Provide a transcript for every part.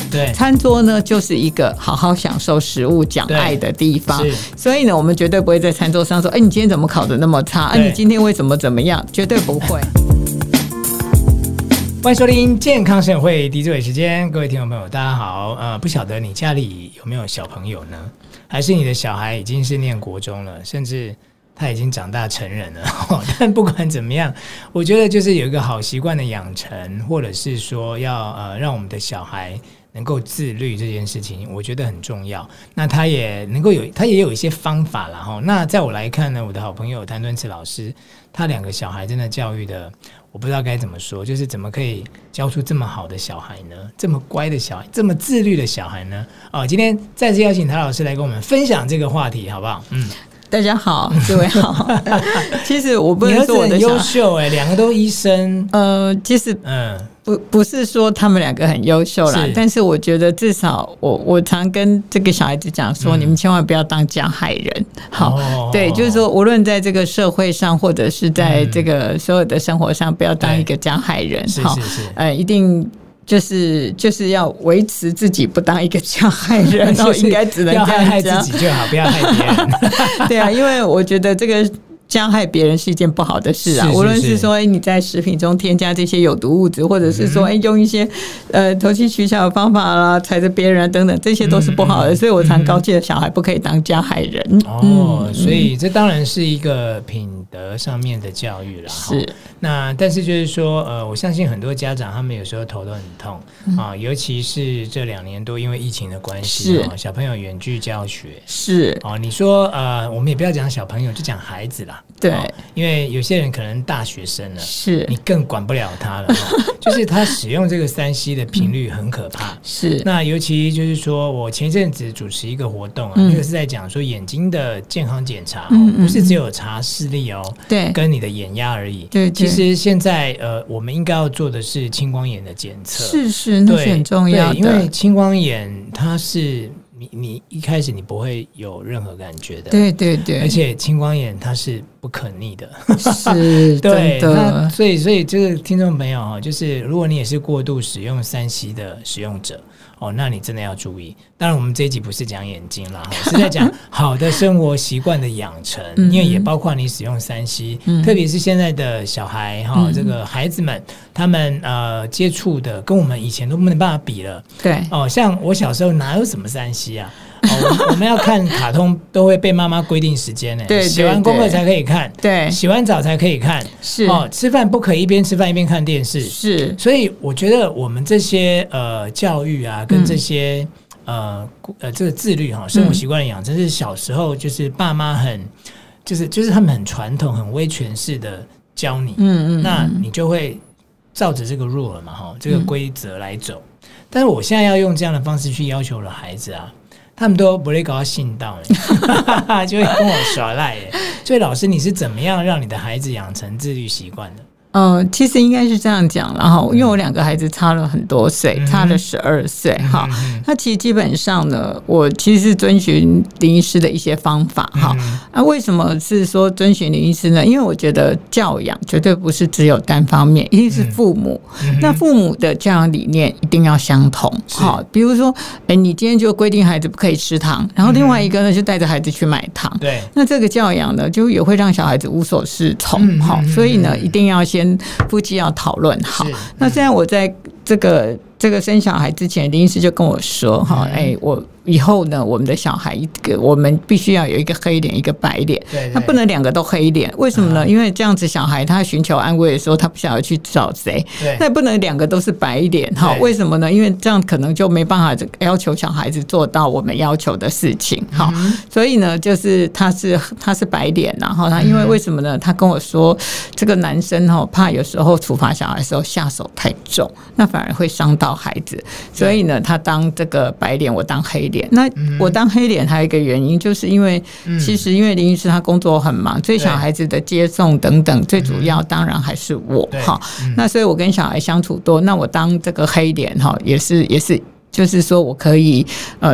对， 餐桌呢就是一个好好享受食物、讲爱的地方。所以呢，我们绝对不会在餐桌上说：“你今天怎么考得那么差？你今天为什么怎么样？”绝对不会。 欢迎收听健康生活会狄志伟时间，各位听众朋友，大家好。不晓得你家里有没有小朋友呢？还是你的小孩已经是念国中了，甚至他已经长大成人了？但不管怎么样，我觉得就是有一个好习惯的养成，或者是说要让我们的小孩能够自律这件事情，我觉得很重要。那他也有一些方法啦齁。那在我来看呢，我的好朋友谭敦慈老师，他2个小孩真的教育的，我不知道该怎么说，就是怎么可以教出这么好的小孩呢？这么乖的小孩，这么自律的小孩呢？今天再次邀请谭老师来跟我们分享这个话题，好不好？ 大家好，各位好。其实我不能说我的小孩很优秀2个都医生。 其实不是说他们2个很优秀啦，但是我觉得至少我常跟这个小孩子讲说，你们千万不要当加害人。好，对，就是说无论在这个社会上，或者是在这个所有的生活上，不要当一个加害人。好，一定。就是要维持自己不当一个加害人，然后应该只能这样讲， 要害自己就好，不要害别人。 对啊，因为我觉得这个加害别人是一件不好的事啊。无论是说你在食品中添加这些有毒物质，或者是说用一些投机取巧的方法啦，踩着别人啊等等，这些都是不好的。所以我常告诫小孩不可以当加害人。 所以这当然是一个品德上面的教育啦。是。那但是就是说我相信很多家长他们有时候头都很痛尤其是这2年多因为疫情的关系小朋友远距教学是你说我们也不要讲小朋友，就讲孩子啦。 对， 因为有些人可能大学生了， 是你更管不了他了就是他使用这个3C 的频率很可怕。 是， 那尤其就是说我前一阵子主持一个活动那个是在讲说眼睛的健康检查不是只有查视力对， 跟你的眼压而已。 对， 其实现在我们应该要做的是青光眼的检测。 是，那是很重要的。 因为青光眼它是你一开始你不会有任何感觉的。 对， 而且青光眼它是不可逆的。 是对的。 所以这个听众朋友就是如果你也是过度使用3C 的使用者那你真的要注意。当然我们这一集不是讲眼睛啦是在讲好的生活习惯的养成因为也包括你使用3C特别是现在的小孩这个孩子们他们接触的跟我们以前都没办法比了。 对像我小时候哪有什么3C 啊我们要看卡通都会被妈妈规定时间对， 写完功课才可以看， 对， 洗完澡才可以看， 是吃饭不可以一边吃饭一边看电视， 是。所以我觉得我们这些教育啊，跟这些这个自律生活习惯的养成，是小时候就是爸妈很就是他们很传统、很威权式的教你，那你就会照着这个 rule 嘛这个规则来走。但是我现在要用这样的方式去要求我的孩子啊。他们都不会搞到信到就会跟我耍赖所以老师你是怎么样让你的孩子养成自律习惯的？ 其实应该是这样讲啦因为我2个孩子差了很多岁，差了12岁那其实基本上呢，我其实是遵循林医师的一些方法为什么是说遵循林医师呢？因为我觉得教养绝对不是只有单方面，一定是父母那父母的教养理念一定要相同比如说你今天就规定孩子不可以吃糖，然后另外一个呢就带着孩子去买糖，对，那这个教养呢就也会让小孩子无所适从所以呢一定要先夫妻要讨论好。那现在我在这个生小孩之前，林医师就跟我说我以后呢，我们的小孩我们必须要有一个黑脸一个白脸，他不能2个都黑脸。为什么呢？因为这样子小孩他寻求安慰的时候，他不晓得去找谁，那不能2个都是白脸为什么呢？因为这样可能就没办法要求小孩子做到我们要求的事情所以呢就是他是白脸然后他因为为什么呢？他跟我说这个男生怕有时候处罚小孩的时候下手太重，那反而会伤到孩子，所以呢他当这个白脸，我当黑脸。那我当黑脸还有一个原因，就是因为其实因为林医师他工作很忙，所以小孩子的接送等等，最主要当然还是我那所以我跟小孩相处多，那我当这个黑脸也是就是说我可以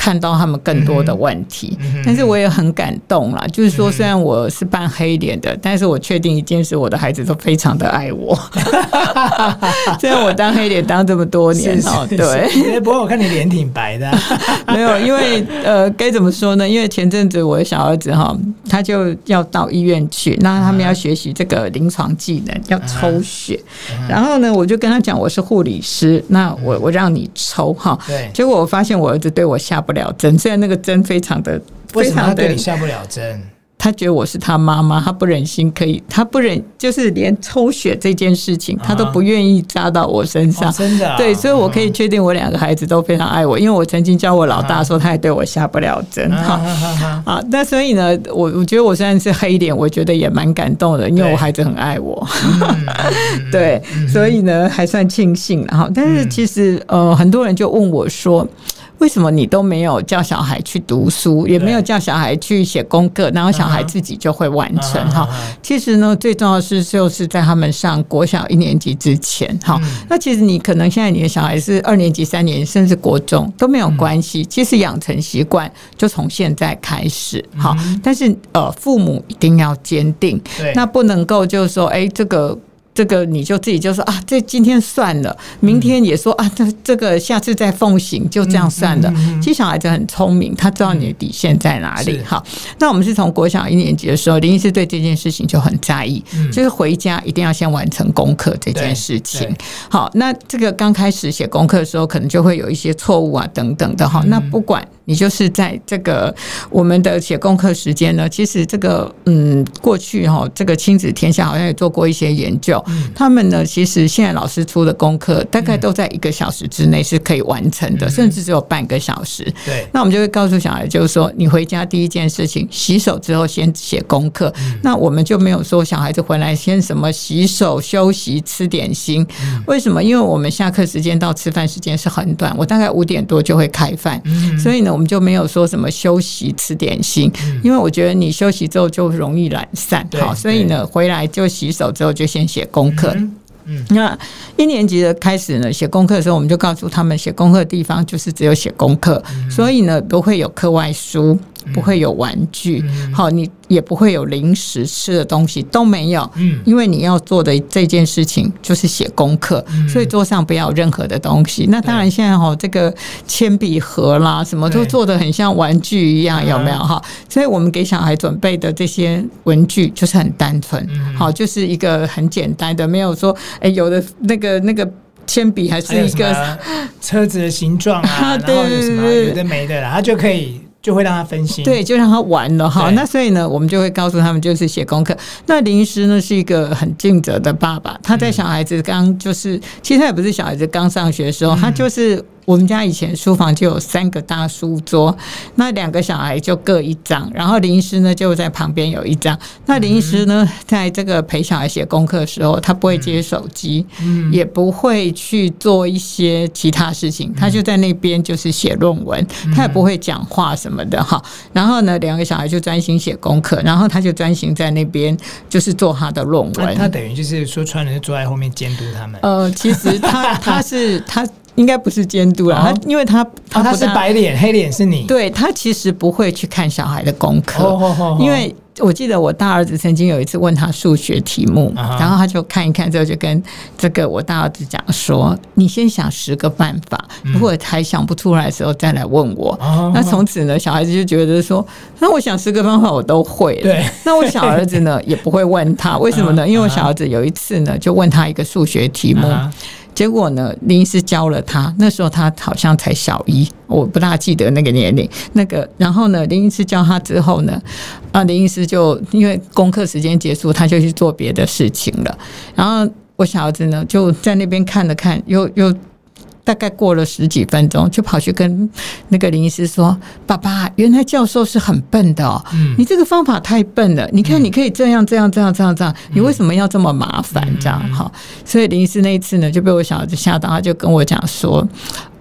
看到他们更多的问题。但是我也很感动啦，就是说虽然我是扮黑脸的，但是我确定一件事，我的孩子都非常的爱我。虽然我当黑脸当这么多年对， 不过我看你脸挺白的。 没有，因为该怎么说呢？因为前阵子我的小儿子他就要到医院去，那他们要学习这个临床技能，要抽血。然后呢，我就跟他讲我是护理师，那我让你抽对，结果我发现我儿子对我下不了针，虽然那个针非常的， 为什么他对你下不了针？ 他觉得我是他妈妈，他不忍心他不忍，就是连抽血这件事情，他都不愿意扎到我身上。 真的对，所以我可以确定我2个孩子都非常爱我，因为我曾经教我老大说，他也对我下不了针。那所以呢，我觉得我虽然是黑脸，我觉得也蛮感动的，因为我孩子很爱我。对，所以呢，还算庆幸了。但是其实很多人就问我说，为什么你都没有叫小孩去读书，也没有叫小孩去写功课，然后小孩自己就会完成？其实呢，最重要的是就是在他们上国小1年级之前。那其实你可能现在你的小孩是2年级、3年级，甚至国中都没有关系。其实养成习惯就从现在开始。但是父母一定要坚定，那不能够就是说，这个你就自己就说啊，这今天算了，明天也说啊，这个下次再奉行，就这样算了。其实小孩子很聪明，他知道你的底线在哪里。好，那我们是从国小1年级的时候，林医师对这件事情就很在意，就是回家一定要先完成功课这件事情。好，那这个刚开始写功课的时候，可能就会有一些错误啊等等的。好，那不管你就是在这个我们的写功课时间呢，其实这个过去这个亲子天下好像也做过一些研究。他们呢，其实现在老师出的功课大概都在1个小时之内是可以完成的，甚至只有半个小时。对，那我们就会告诉小孩，就是说，你回家第一件事情，洗手之后先写功课。那我们就没有说小孩子回来先什么洗手、休息、吃点心。为什么？因为我们下课时间到吃饭时间是很短，我大概5点多就会开饭，所以呢，我们就没有说什么休息、吃点心，因为我觉得你休息之后就容易懒散。好，所以呢，回来就洗手之后就先写功课。那1年级的开始呢，写功课的时候，我们就告诉他们，写功课的地方就是只有写功课，所以呢，不会有课外书，不会有玩具，好，你也不会有零食吃的东西，都没有。因为你要做的这件事情就是写功课，所以桌上不要有任何的东西。那当然现在这个铅笔盒啦，什么都做得很像玩具一样，有没有哈？所以我们给小孩准备的这些文具就是很单纯，好，就是一个很简单的，没有说有的那个铅笔还是一个车子的形状啊，然后有什么有的没的啦，他就会让他分心， 对，就让他玩了哈。那所以呢，我们就会告诉他们，就是写功课。那林医师呢是一个很尽责的爸爸，他在小孩子其实他也不是小孩子刚上学的时候，他就是我们家以前书房就有3个大书桌，那2个小孩就各1张，然后林医师呢就在旁边有1张。那林医师呢，在这个陪小孩写功课的时候，他不会接手机，也不会去做一些其他事情，他就在那边就是写论文，他也不会讲话什么的哈。然后呢，2个小孩就专心写功课，然后他就专心在那边就是做他的论文。 他等于就是说穿了就坐在后面监督他们。 其实他应该不是监督啦，因为他是白脸，黑脸是你。 对，他其实不会去看小孩的功课，因为我记得我大儿子曾经有一次问他数学题目，然后他就看一看之后就跟这个我大儿子讲说，你先想10个办法，如果还想不出来的时候再来问我。那从此呢，小孩子就觉得说，那我想10个方法我都会了。对，那我小儿子呢也不会问他，为什么呢？因为我小儿子有一次呢就问他一个数学题目，结果呢，林医师教了他，那时候他好像才小1，我不大记得那个年龄。然后呢，林医师教他之后呢，林医师就因为功课时间结束，他就去做别的事情了。然后我小儿子呢，就在那边看了看，又大概过了10几分钟，就跑去跟那个林医师说：“爸爸，原来教授是很笨的哦，你这个方法太笨了。你看，你可以这样，你为什么要这么麻烦？这样哈。”所以林医师那一次呢，就被我小孩子吓到，他就跟我讲说：“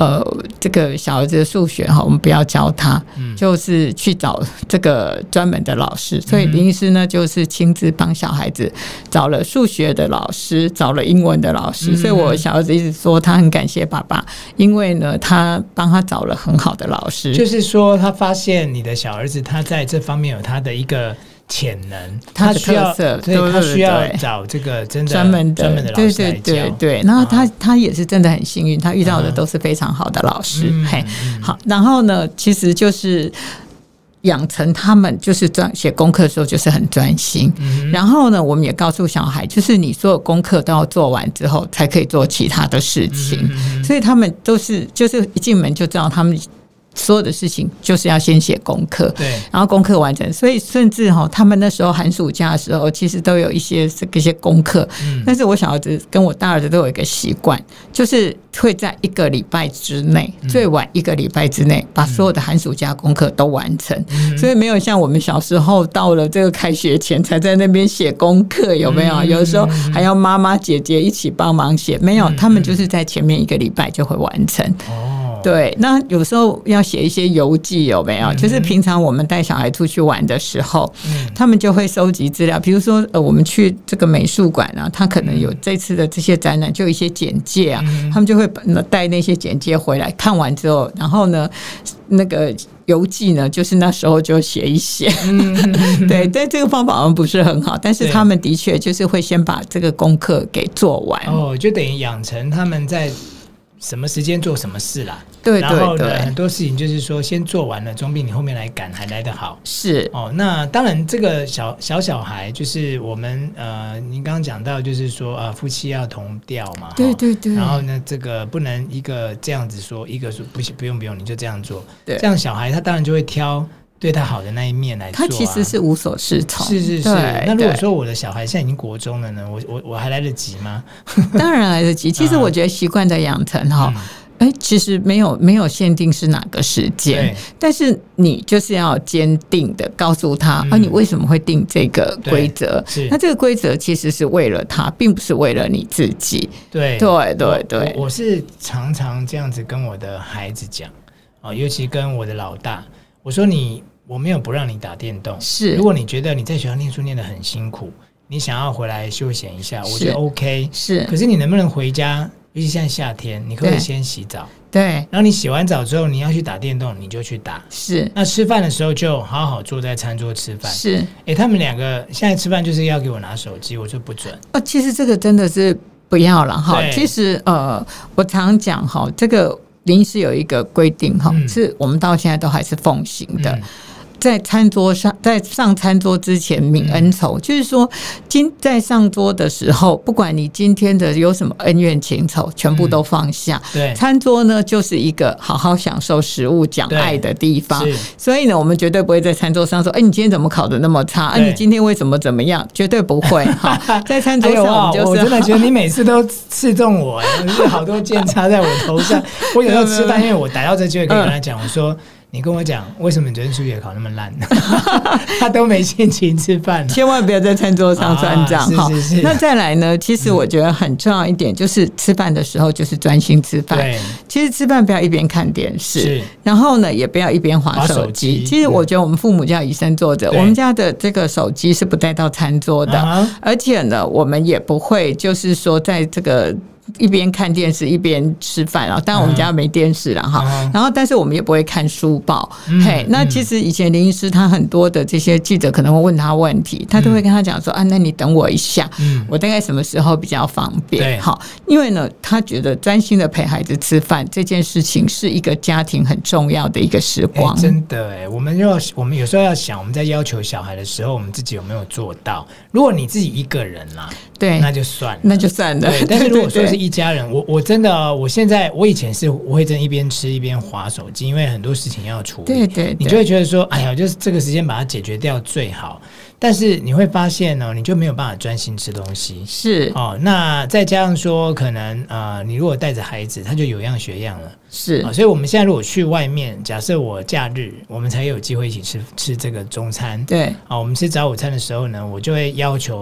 这个小儿子的数学我们不要教他，就是去找这个专门的老师。所以林医师呢，就是亲自帮小孩子找了数学的老师，找了英文的老师。所以我小儿子一直说他很感谢爸爸，因为呢，他帮他找了很好的老师。 就是说，他发现你的小儿子他在这方面有他的一个潜能， 他的特色， 对，他需要找这个真的专门的老师来教。 对，然后他也是真的很幸运，他遇到的都是非常好的老师。好，然后呢，其实就是养成他们就是写功课的时候就是很专心。然后呢，我们也告诉小孩，就是你所有功课都要做完之后，才可以做其他的事情。所以他们都是就是一进门就知道他们所有的事情就是要先写功课， 对， 然后功课完成，所以甚至他们那时候寒暑假的时候，其实都有一些功课。但是我小儿子跟我大儿子都有一个习惯，就是会在1个礼拜之内，最晚1个礼拜之内，把所有的寒暑假功课都完成。所以没有像我们小时候到了这个开学前才在那边写功课，有没有？有的时候还要妈妈姐姐一起帮忙写，没有，他们就是在前面1个礼拜就会完成。对，那有时候要写一些游记，有没有？就是平常我们带小孩出去玩的时候，他们就会收集资料。比如说，我们去这个美术馆啊，他可能有这次的这些展览，就有一些简介啊，他们就会带那些简介回来，看完之后，然后呢，那个游记呢，就是那时候就写一写。对，但这个方法好像不是很好，但是他们的确就是会先把这个功课给做完。 就等于养成他们在什么时间做什么事啦。 对， 然后呢，很多事情就是说先做完了，总比你后面来赶还来得好。 是那当然，这个小孩就是我们您刚刚讲到，就是说夫妻要同调嘛。 对。 然后呢，这个不能一个这样子说，一个说不用，你就这样做。 对， 这样小孩他当然就会挑对他好的那一面来做。 他其实是无所适从。 是。那如果说我的小孩现在已经国中了呢，我还来得及吗？ 当然来得及。其实我觉得习惯的养成其实没有限定是哪个时间，但是你就是要坚定的告诉他，你为什么会定这个规则？那这个规则其实是为了他，并不是为了你自己。对。 我是常常这样子跟我的孩子讲，尤其跟我的老大，我说我没有不让你打电动， 是。 如果你觉得你在学校念书念得很辛苦，你想要回来休闲一下，我觉得 OK。 是。可是你能不能回家？尤其现在夏天，你可不可以先洗澡？ 对。 然后你洗完澡之后，你要去打电动，你就去打。 是。 那吃饭的时候就好好坐在餐桌吃饭。 是。 他们两个现在吃饭就是要给我拿手机，我说不准。 其实这个真的是不要了哈。其实我常讲这个林医师有一个规定是我们到现在都还是奉行的。在餐桌上，在上餐桌之前泯恩仇，就是说，在上桌的时候，不管你今天的有什么恩怨情仇，全部都放下。 对， 餐桌呢就是一个好好享受食物、讲爱的地方。所以呢，我们绝对不会在餐桌上说：“你今天怎么考得那么差？你今天为什么怎么样？”绝对不会。在餐桌上， 我真的觉得你每次都刺中我，就是好多剑插在我头上。我有时候吃饭，因为我逮到这机会可以跟他讲，我说。你跟我讲，为什么你昨天数学考那么烂？他都没心情吃饭， 千万不要在餐桌上算账。 是。 那再来呢？其实我觉得很重要一点，就是吃饭的时候就是专心吃饭。 对， 其实吃饭不要一边看电视，然后呢也不要一边滑手机。其实我觉得我们父母就要以身作则，我们家的这个手机是不带到餐桌的，而且呢，我们也不会就是说在这个。一边看电视一边吃饭，然后当然我们家没电视了哈，然后但是我们也不会看书报。那其实以前林医师他很多的这些记者可能会问他问题，他都会跟他讲说那你等我一下，我大概什么时候比较方便？好，因为呢他觉得专心的陪孩子吃饭这件事情是一个家庭很重要的一个时光。 真的我们有时候要想，我们在要求小孩的时候，我们自己有没有做到？如果你自己一个人啦， 对， 那就算了， 对， 但是如果说是一家人，我真的，我以前是我会真一边吃一边滑手机，因为很多事情要处理， 对， 你就会觉得说，哎呀，就是这个时间把它解决掉最好。但是你会发现你就没有办法专心吃东西。 是那再加上说，可能你如果带着孩子，他就有样学样了。 是所以我们现在如果去外面，假设我假日，我们才有机会一起吃这个中餐。 对我们吃早午餐的时候呢，我就会要求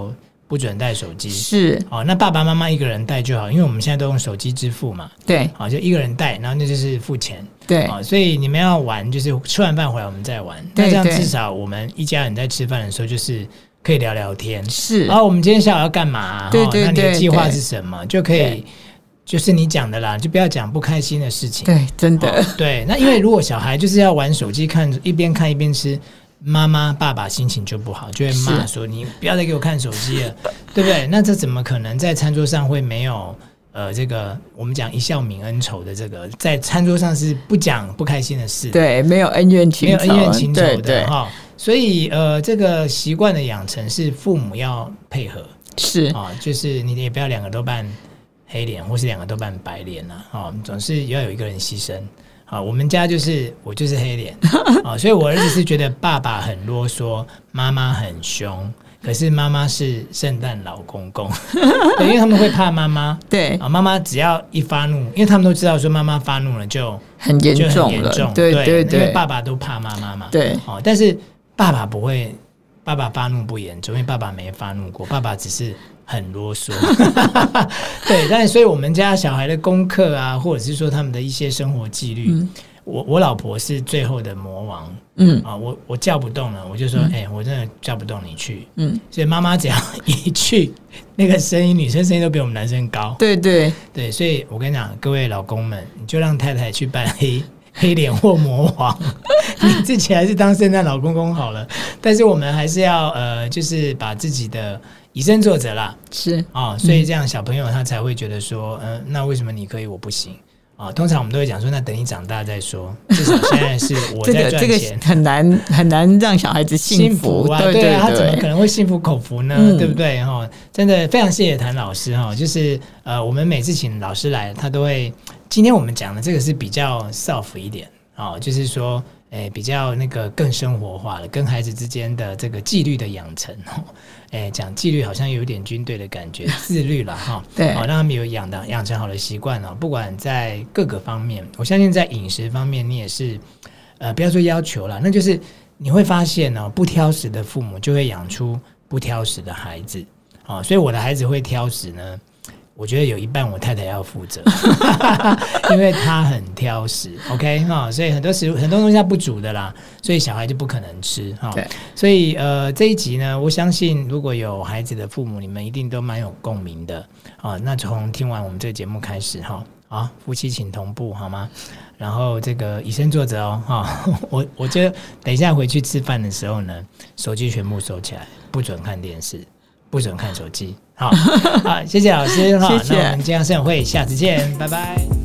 不准带手机。 是那爸爸妈妈一个人带就好，因为我们现在都用手机支付嘛。 对， 就一个人带，然后那就是付钱。 对， 所以你们要玩，就是吃完饭回来我们再玩。那这样至少我们一家人在吃饭的时候，就是可以聊聊天。 是， 然后我们今天下午要干嘛？ 对对对， 那你的计划是什么？就可以。就是你讲的啦，就不要讲不开心的事情。 对，真的。 对，那因为如果小孩就是要玩手机看，一边看一边吃，妈妈爸爸心情就不好，就会骂说你不要再给我看手机了，对不对？那这怎么可能在餐桌上会没有这个我们讲一笑泯恩仇的这个，在餐桌上是不讲不开心的事， 对，没有恩怨情仇， 没有恩怨情仇的对哈。所以这个习惯的养成是父母要配合， 是就是你也不要两个都扮黑脸，或是两个都扮白脸总是要有一个人牺牲。我们家就是我就是黑脸所以我儿子是觉得爸爸很啰嗦，妈妈很凶，可是妈妈是圣诞老公公对，因为他们会怕妈妈， 对妈妈只要一发怒，因为他们都知道说妈妈发怒了就很严重了，对对对， 因为爸爸都怕妈妈嘛， 对但是爸爸不会，爸爸发怒不严重，因为爸爸没发怒过，爸爸只是很啰嗦对，但是所以我们家小孩的功课啊，或者是说他们的一些生活纪律，我老婆是最后的魔王，我叫不动了，我就说我真的叫不动你去，所以妈妈只要一去，那个声音，女生声音都比我们男生高， 对对对，所以我跟你讲，各位老公们，你就让太太去扮黑脸或魔王你自己还是当圣诞老公公好了，但是我们还是要就是把自己的以身作则啦， 是所以这样小朋友他才会觉得说那为什么你可以我不行通常我们都会讲说那等你长大再说，至少现在是我在赚钱这个很难让小孩子幸福啊，对啊，他怎么可能会心服口服呢？对不对真的非常谢谢谭老师就是我们每次请老师来他都会，今天我们讲的这个是比较 soft 一点就是说比较那个更生活化的，跟孩子之间的这个纪律的养成讲纪律好像有点军队的感觉，自律啦对让他们有养成好的习惯不管在各个方面，我相信在饮食方面你也是不要说要求啦，那就是你会发现不挑食的父母就会养出不挑食的孩子所以我的孩子会挑食呢，我觉得有一半我太太要负责因为她很挑食 OK 所以很多东西她不煮的啦，所以小孩就不可能吃所以这一集呢，我相信如果有孩子的父母，你们一定都蛮有共鸣的那从听完我们这个节目开始夫妻请同步好吗？然后这个以身作则我就等一下回去吃饭的时候呢，手机全部收起来，不准看电视，不准看手机好，谢谢老师谢谢， 那我们健康生活会下次见，拜拜。